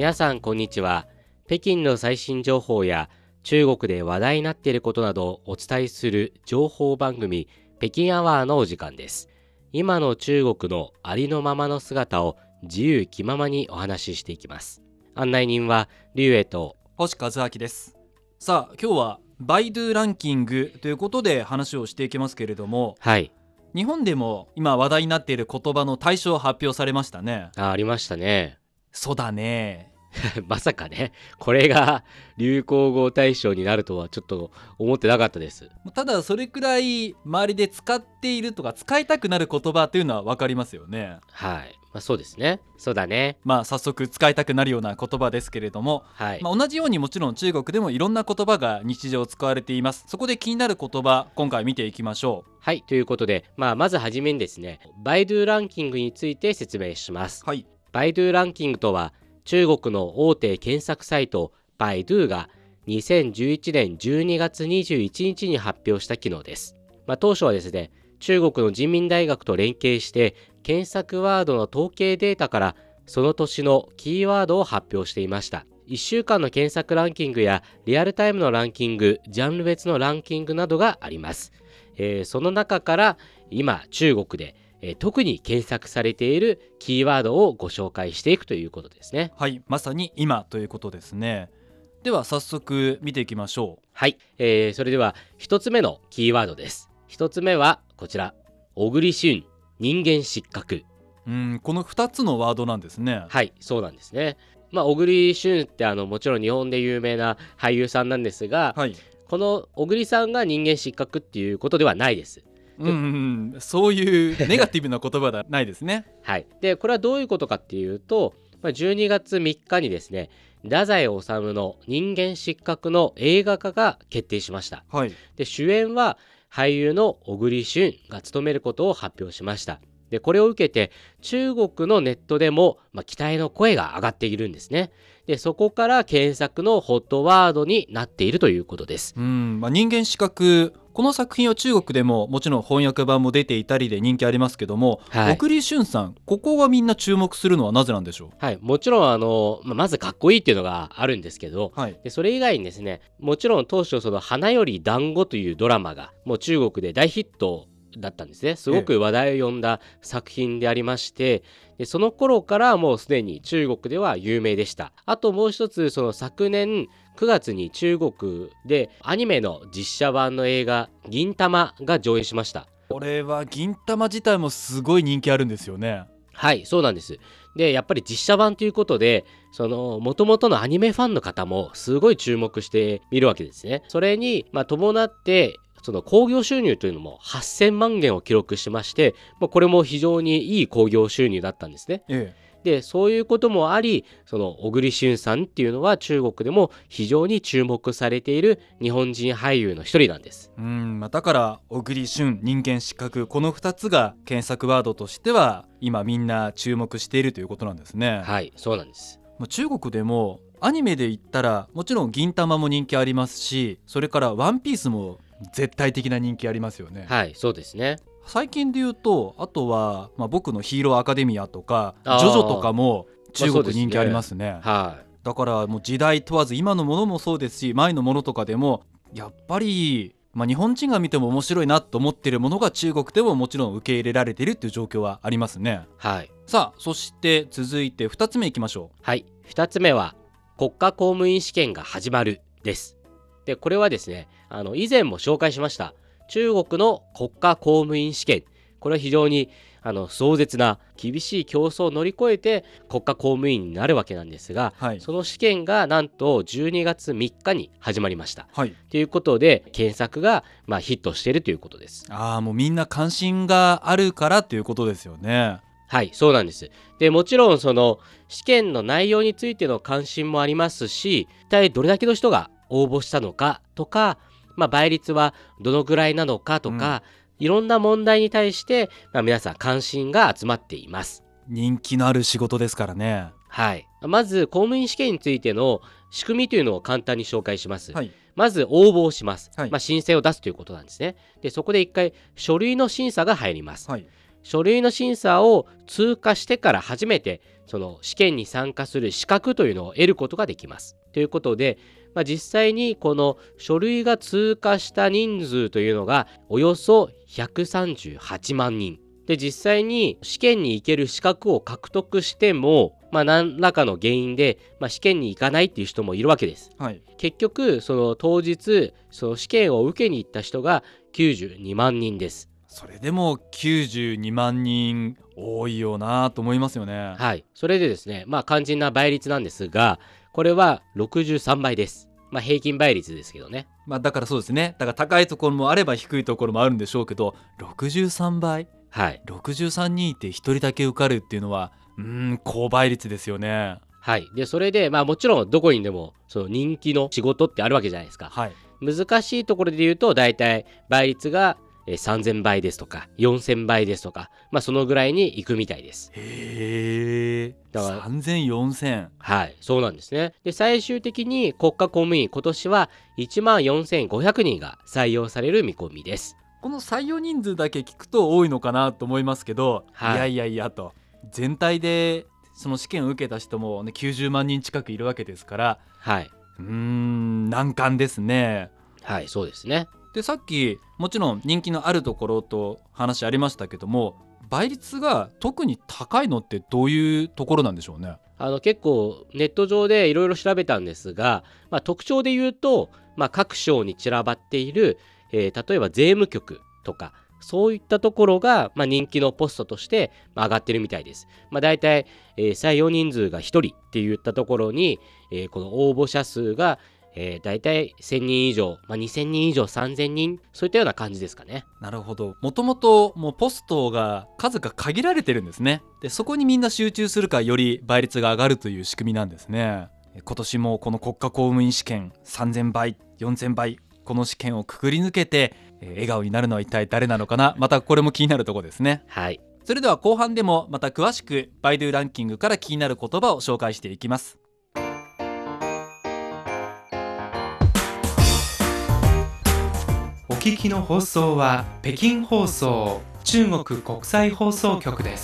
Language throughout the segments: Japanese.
皆さんこんにちは。北京の最新情報や中国で話題になっていることなどをお伝えする情報番組北京アワーのお時間です。今の中国のありのままの姿を自由気ままにお話ししていきます。案内人は劉英と星和明です。さあ今日はバイドゥランキングということで話をしていきますけれども、 はい、 日本でも今話題になっている言葉の対象発表されましたね。 ありましたね。 そうだね。 まさかね、これが流行語大賞になるとはちょっと思ってなかったです。 ただそれくらい周りで使っているとか使いたくなる言葉というのは分かりますよね。 はい、そうですね。そうだね。 早速使いたくなるような言葉ですけれども、 はい、 同じようにもちろん中国でもいろんな言葉が日常使われています。そこで気になる言葉今回見ていきましょう。 はい、ということで、まずはじめにですね、バイドゥランキングについて説明します。 はい。 バイドゥランキングとは、中国の大手検索サイトバイドゥが2011年12月21日に発表した機能です。当初はですね、中国の人民大学と連携して検索ワードの統計データからその年のキーワードを発表していました。1週間の検索ランキングやリアルタイムのランキング、ジャンル別のランキングなどがあります。その中から今中国で特に検索されているキーワードをご紹介していくということですね。 はい、まさに今ということですね。では早速見ていきましょう。 はい、それでは一つ目のキーワードです。一つ目はこちら、小栗旬、人間失格。 この2つのワードなんですね。 はい、そうなんですね。小栗旬ってもちろん日本で有名な俳優さんなんですが、 はい。 この小栗さんが人間失格っていうことではないです。 そういうネガティブな言葉ではないですね。 はい、でこれはどういうことかっていうと、12月3日にですね、太宰治の人間失格の映画化が決定しました。 はい。 で主演は俳優の小栗旬が務めることを発表しました。でこれを受けて中国のネットでも、期待の声が上がっているんですね。でそこから検索のホットワードになっているということです。 人間失格、この作品は中国でももちろん翻訳版も出ていたりで人気ありますけども、 はい、 小栗旬さん、ここはみんな注目するのはなぜなんでしょう。 はい、もちろんまずかっこいいっていうのがあるんですけど、 はい。 でそれ以外にですね、もちろん当初花より団子というドラマがもう中国で大ヒットだったんですね。すごく話題を呼んだ作品でありまして、でその頃からもうすでに中国では有名でした。あともう一つ、昨年9月に中国でアニメの実写版の映画銀魂が上映しました。 これは銀魂自体もすごい人気あるんですよね。 はい、そうなんです。でやっぱり実写版ということで、元々のアニメファンの方もすごい注目してみるわけですね。それに、伴って興行収入というのも8000万元を記録しまして、これも非常にいい興行収入だったんですね。でそういうこともあり、小栗旬さんっていうのは中国でも非常に注目されている日本人俳優の一人なんです。 だから小栗旬、人間失格、この2つが検索ワードとしては今みんな注目しているということなんですね。 はい、そうなんです。 中国でもアニメで言ったらもちろん銀魂も人気ありますし、それからワンピースも絶対的な人気ありますよね。 はい、そうですね。 最近で言うと、あとは、僕のヒーローアカデミアとかジョジョとかも中国人気ありますね。 はい、 だからもう時代問わず今のものもそうですし、前のものとかでもやっぱり、日本人が見ても面白いなと思っているものが中国でももちろん受け入れられているっていう状況はありますね。 はい、 さあそして続いて2つ目いきましょう。 はい、2つ目は国家公務員試験が始まるです。でこれはですね、以前も紹介しました中国の国家公務員試験、これは非常に壮絶な厳しい競争を乗り越えて国家公務員になるわけなんですが、 はい。 その試験がなんと12月3日に始まりました。 はい。 ということで検索がヒットしているということです。 もうみんな関心があるからっていうことですよね。 はい、そうなんです。でもちろん試験の内容についての関心もありますし、一体どれだけの人が応募したのかとか、倍率はどのぐらいなのかとか、いろんな問題に対して、皆さん関心が集まっています。 人気のある仕事ですからね。 はい、まず公務員試験についての仕組みというのを簡単に紹介します。 はい。 まず応募をします。 はい。 申請を出すということなんですね。でそこで一回書類の審査が入ります。 はい。 書類の審査を通過してから初めてその試験に参加する資格というのを得ることができます。ということで、実際にこの書類が通過した人数というのがおよそ138万人で、実際に試験に行ける資格を獲得しても、何らかの原因で、試験に行かないっていう人もいるわけです。 はい。 結局その当日その試験を受けに行った人が92万人です。 それでも92万人多いよなと思いますよね。 はい。それでですね、肝心な倍率なんですが、これは63倍です。平均倍率ですけどね。 だからそうですね。だから高いところもあれば低いところもあるんでしょうけど、63倍、 はい。 63人いて1人だけ受かるっていうのは高倍率ですよね。 はい。で、それで、もちろんどこにでもその人気の仕事ってあるわけじゃないですか。 はい。 難しいところで言うと、だいたい倍率が3000倍ですとか4000倍ですとか、そのぐらいに行くみたいです。 へえ。 だから 3000、4000。 はい、そうなんですね。で、最終的に国家公務員、今年は14,500人が採用される見込みです。 この採用人数だけ聞くと多いのかなと思いますけど、 はい、 いやいやと全体でその試験を受けた人も、90万人近くいるわけですから、 はい、 難関ですね。 はい、そうですね。 で、さっきもちろん人気のあるところと話ありましたけども、倍率が特に高いのってどういうところなんでしょうね。 結構ネット上でいろいろ調べたんですが、特徴で言うと、各省に散らばっている、例えば税務局とかそういったところが、人気のポストとして、上がってるみたいです。だいたい、採用人数が1人って言ったところに、この応募者数がだいたい1000人以上、2000人以上、3000人、そういったような感じですかね。 なるほど。もともともうポストが数が限られてるんですね。で、そこにみんな集中するからより倍率が上がるという仕組みなんですね。今年もこの国家公務員試験3000倍、4000倍、この試験をくぐり抜けて、笑顔になるのは一体誰なのかな。またこれも気になるところですね。 はい。 それでは後半でもまた詳しくバイドゥランキングから気になる言葉を紹介していきます。 お聞きの放送は北京放送中国国際放送局です。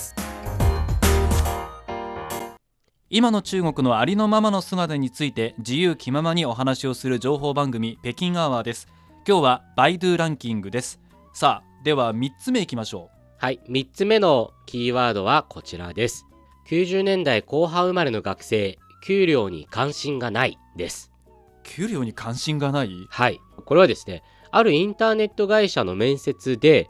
今の中国のありのままの姿について自由気ままにお話をする情報番組北京アワーです。今日はバイドゥランキングです。さあ、では3つ目いきましょう。 はい、3つ目のキーワードはこちらです。90年代後半生まれの学生、給料に関心がないです。 給料に関心がない？ はい、これはですね、あるインターネット会社の面接で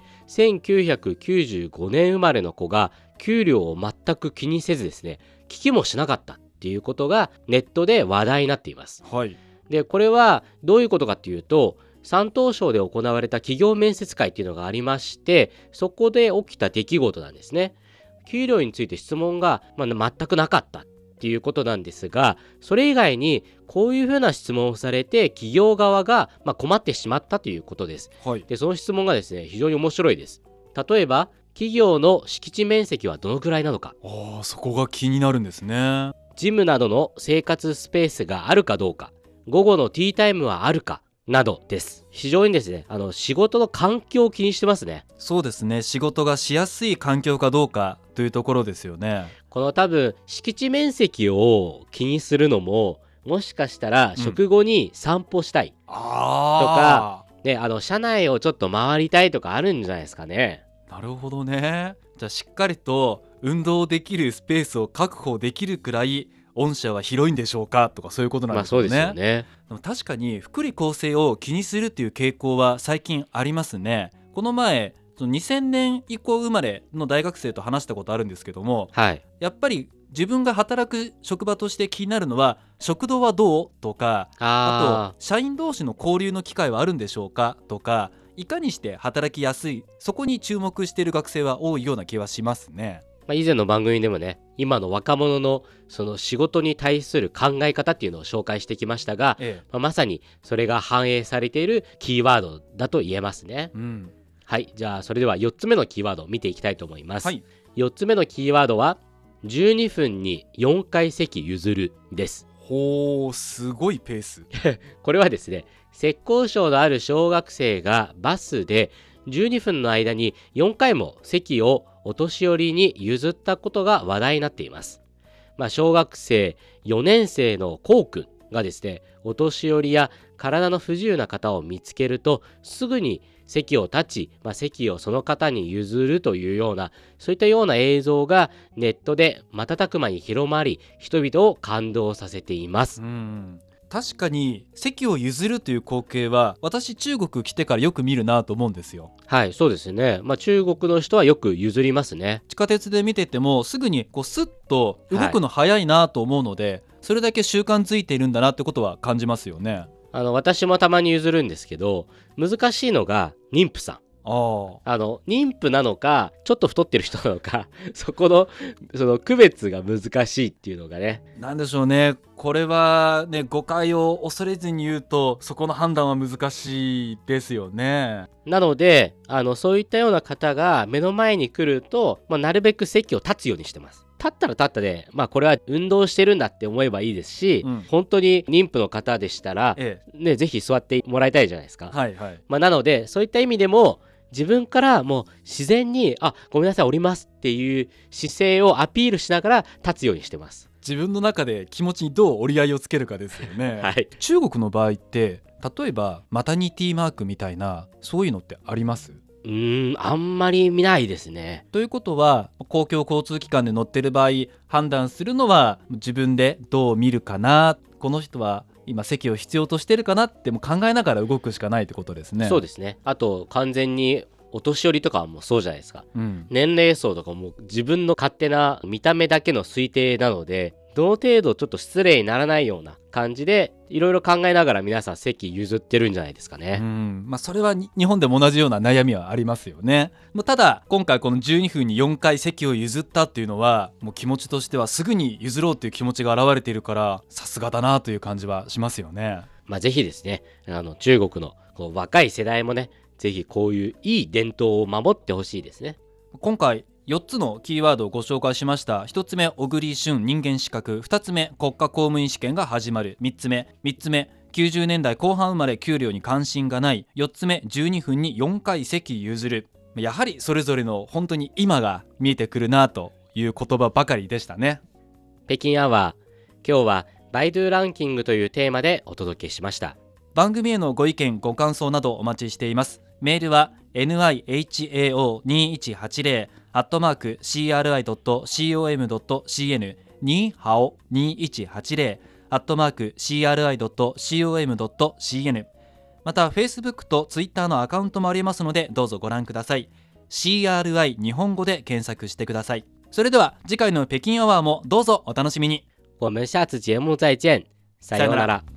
1995年生まれの子が給料を全く気にせずですね、聞きもしなかったっていうことがネットで話題になっています。 はい。 で、これはどういうことかっていうと、山東省で行われた企業面接会っていうのがありまして、そこで起きた出来事なんですね。給料について質問が、全くなかったっていうことなんですが、それ以外にこういうふうな質問をされて企業側が、困ってしまったということです。 はい。 で、その質問がですね、非常に面白いです。例えば、企業の敷地面積はどのくらいなのか、 そこが気になるんですね。 ジムなどの生活スペースがあるかどうか、午後のティータイムはあるかなどです。非常にですね、仕事の環境を気にしてますね。 そうですね。仕事がしやすい環境かどうかというところですよね。 この多分敷地面積を気にするのも、もしかしたら食後に散歩したいとか、ね、車内をちょっと回りたいとかあるんじゃないですかね。 なるほどね。じゃあしっかりと運動できるスペースを確保できるくらい御社は広いんでしょうかとか、そういうことなんですよね。 そうですよね。 でも確かに福利厚生を気にするっていう傾向は最近ありますね。この前2000年以降生まれの大学生と話したことあるんですけども、 はい。 やっぱり自分が働く職場として気になるのは、食堂はどうとか、あと社員同士の交流の機会はあるんでしょうかとか、いかにして働きやすい、そこに注目している学生は多いような気はしますね。 以前の番組でもね、今の若者のその仕事に対する考え方っていうのを紹介してきましたが、まさにそれが反映されているキーワードだと言えますね。はい、じゃあそれでは4つ目のキーワードを見ていきたいと思います。はい、4つ目のキーワードは12分に4回席譲るです。 ほー、すごいペース。 これはですね、浙江省のある小学生がバスで12分の間に4回も席をお年寄りに譲ったことが話題になっています。小学生4年生のこうくんがですね、お年寄りや体の不自由な方を見つけるとすぐに席を立ち、席をその方に譲るというような、そういったような映像がネットで瞬く間に広まり、人々を感動させています。 確かに席を譲るという光景は私中国来てからよく見るなと思うんですよ。 はい、そうですね。中国の人はよく譲りますね。 地下鉄で見ててもすぐにスッと動くの早いなと思うので、それだけ習慣づいているんだなってことは感じますよね。 私もたまに譲るんですけど、難しいのが妊婦さん。妊婦なのかちょっと太ってる人なのかその区別が難しいっていうのがね。 なんでしょうね、これはね、誤解を恐れずに言うとそこの判断は難しいですよね。 なのでそういったような方が目の前に来ると、なるべく席を立つようにしてます。立ったら立ったで、これは運動してるんだって思えばいいですし、本当に妊婦の方でしたら、ぜひ座ってもらいたいじゃないですか。なのでそういった意味でも自分からもう自然にごめんなさい降りますっていう姿勢をアピールしながら立つようにしてます。 自分の中で気持ちにどう折り合いをつけるかですよね。中国の場合って例えばマタニティマークみたいなそういうのってあります？ あんまり見ないですね。 ということは公共交通機関で乗ってる場合判断するのは自分でどう見るかな、この人は今席を必要としてるかなっても考えながら動くしかないってことですね。 そうですね。あと完全にお年寄りとかはもうそうじゃないですか、年齢層とかも自分の勝手な見た目だけの推定なので、どの程度ちょっと失礼にならないような感じでいろいろ考えながら皆さん席譲ってるんじゃないですかね。 それは日本でも同じような悩みはありますよね。ただ今回この12分に4回席を譲ったっていうのはもう気持ちとしてはすぐに譲ろうという気持ちが現れているからさすがだなという感じはしますよね。 ぜひですね、中国の若い世代もね、ぜひこういういい伝統を守ってほしいですね。 今回4つのキーワードをご紹介しました。1つ目小栗旬人間資格、2つ目国家公務員試験が始まる、3つ目90年代後半生まれ給料に関心がない、4つ目12分に4回席譲る。やはりそれぞれの本当に今が見えてくるなという言葉ばかりでしたね。 北京アワー、今日はバイドゥランキングというテーマでお届けしました。 番組へのご意見ご感想などお待ちしています。メールは nihao2180@cri.com.cn ニーハオ2180@cri.com.cn また Facebook と Twitter のアカウントもありますのでどうぞご覧ください。 CRI 日本語で検索してください。それでは次回の北京アワーもどうぞお楽しみに。 我们下次节目再见。さようなら。